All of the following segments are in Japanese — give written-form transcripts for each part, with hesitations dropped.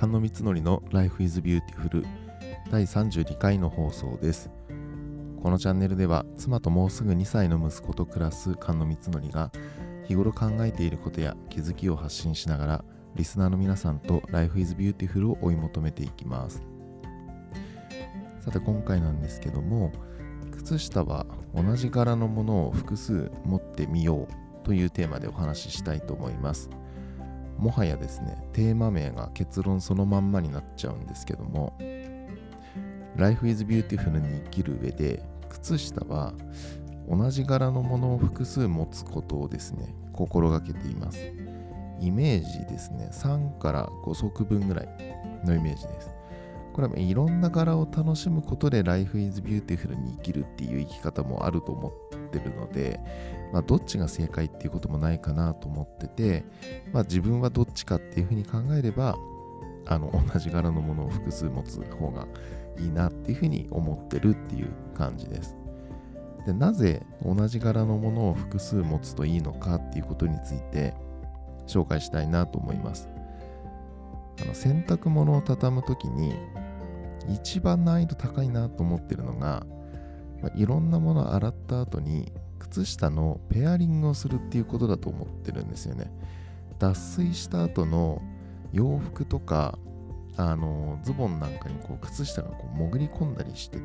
菅野光則の Life is Beautiful 第32回の放送です。このチャンネルでは妻ともうすぐ2歳の息子と暮らす菅野光則が日頃考えていることや気づきを発信しながらリスナーの皆さんと Life is Beautiful を追い求めていきます。さて今回なんですけども、靴下は同じ柄のものを複数持ってみようというテーマでお話ししたいと思います。もはやですね、テーマ名が結論そのまんまになっちゃうんですけども、Life is Beautiful に生きる上で靴下は同じ柄のものを複数持つことをですね、心がけています。イメージですね、3から5足分ぐらいのイメージです。これはいろんな柄を楽しむことで Life is Beautiful に生きるっていう生き方もあると思ってるので、どっちが正解っていうこともないかなと思ってて、自分はどっちかっていうふうに考えれば同じ柄のものを複数持つ方がいいなっていうふうに思ってるっていう感じです。で、なぜ同じ柄のものを複数持つといいのかっていうことについて紹介したいなと思います。洗濯物を畳むときに一番難易度高いなと思ってるのが、いろんなものを洗った後に靴下のペアリングをするっていうことだと思ってるんですよね。脱水した後の洋服とかズボンなんかに靴下が潜り込んだりしてって、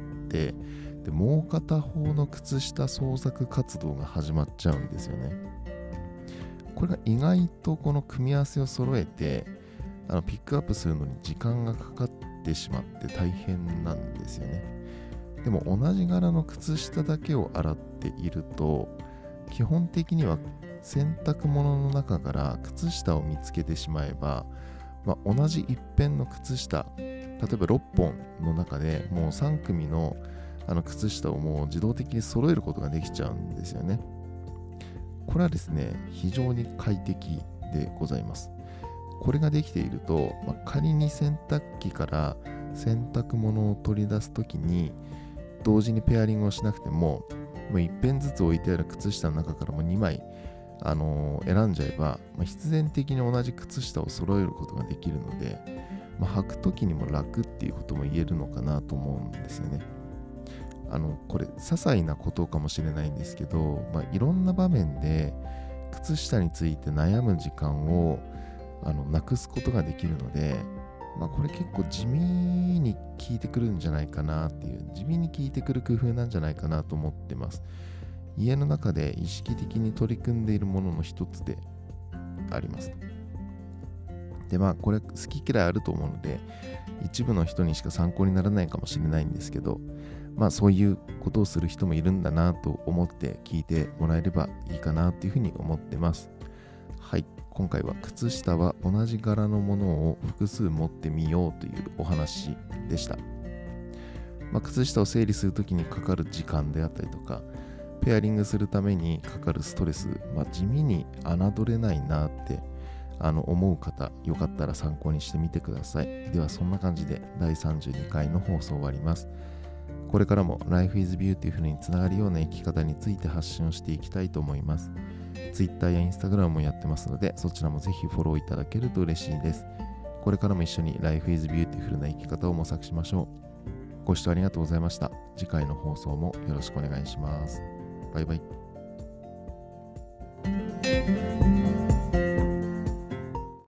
でもう片方の靴下捜索活動が始まっちゃうんですよね。これが意外とこの組み合わせを揃えてピックアップするのに時間がかかってしまって大変なんですよね。でも同じ柄の靴下だけを洗っていると、基本的には洗濯物の中から靴下を見つけてしまえば、同じ一辺の靴下、例えば6本の中でもう3組の靴下をもう自動的に揃えることができちゃうんですよね。これはですね、非常に快適でございます。これができていると、仮に洗濯機から洗濯物を取り出すときに同時にペアリングをしなくても、一辺ずつ置いてある靴下の中からも2枚選んじゃえば、必然的に同じ靴下を揃えることができるので、履くときにも楽っていうことも言えるのかなと思うんですよね。これ些細なことかもしれないんですけど、いろんな場面で靴下について悩む時間をなくすことができるので、これ結構地味に効いてくるんじゃないかなっていう、地味に効いてくる工夫なんじゃないかなと思ってます。家の中で意識的に取り組んでいるものの一つであります。で、これ好き嫌いあると思うので、一部の人にしか参考にならないかもしれないんですけど、そういうことをする人もいるんだなと思って聞いてもらえればいいかなというふうに思ってます。はい、今回は靴下は同じ柄のものを複数持ってみようというお話でした。靴下を整理するときにかかる時間であったりとか、ペアリングするためにかかるストレス、地味に侮れないなって思う方、よかったら参考にしてみてください。ではそんな感じで第32回の放送終わります。これからも Life is Beautiful につながるような生き方について発信をしていきたいと思います。Twitter や Instagram もやってますので、そちらもぜひフォローいただけると嬉しいです。これからも一緒に Life is Beautiful な生き方を模索しましょう。ご視聴ありがとうございました。次回の放送もよろしくお願いします。バイバイ。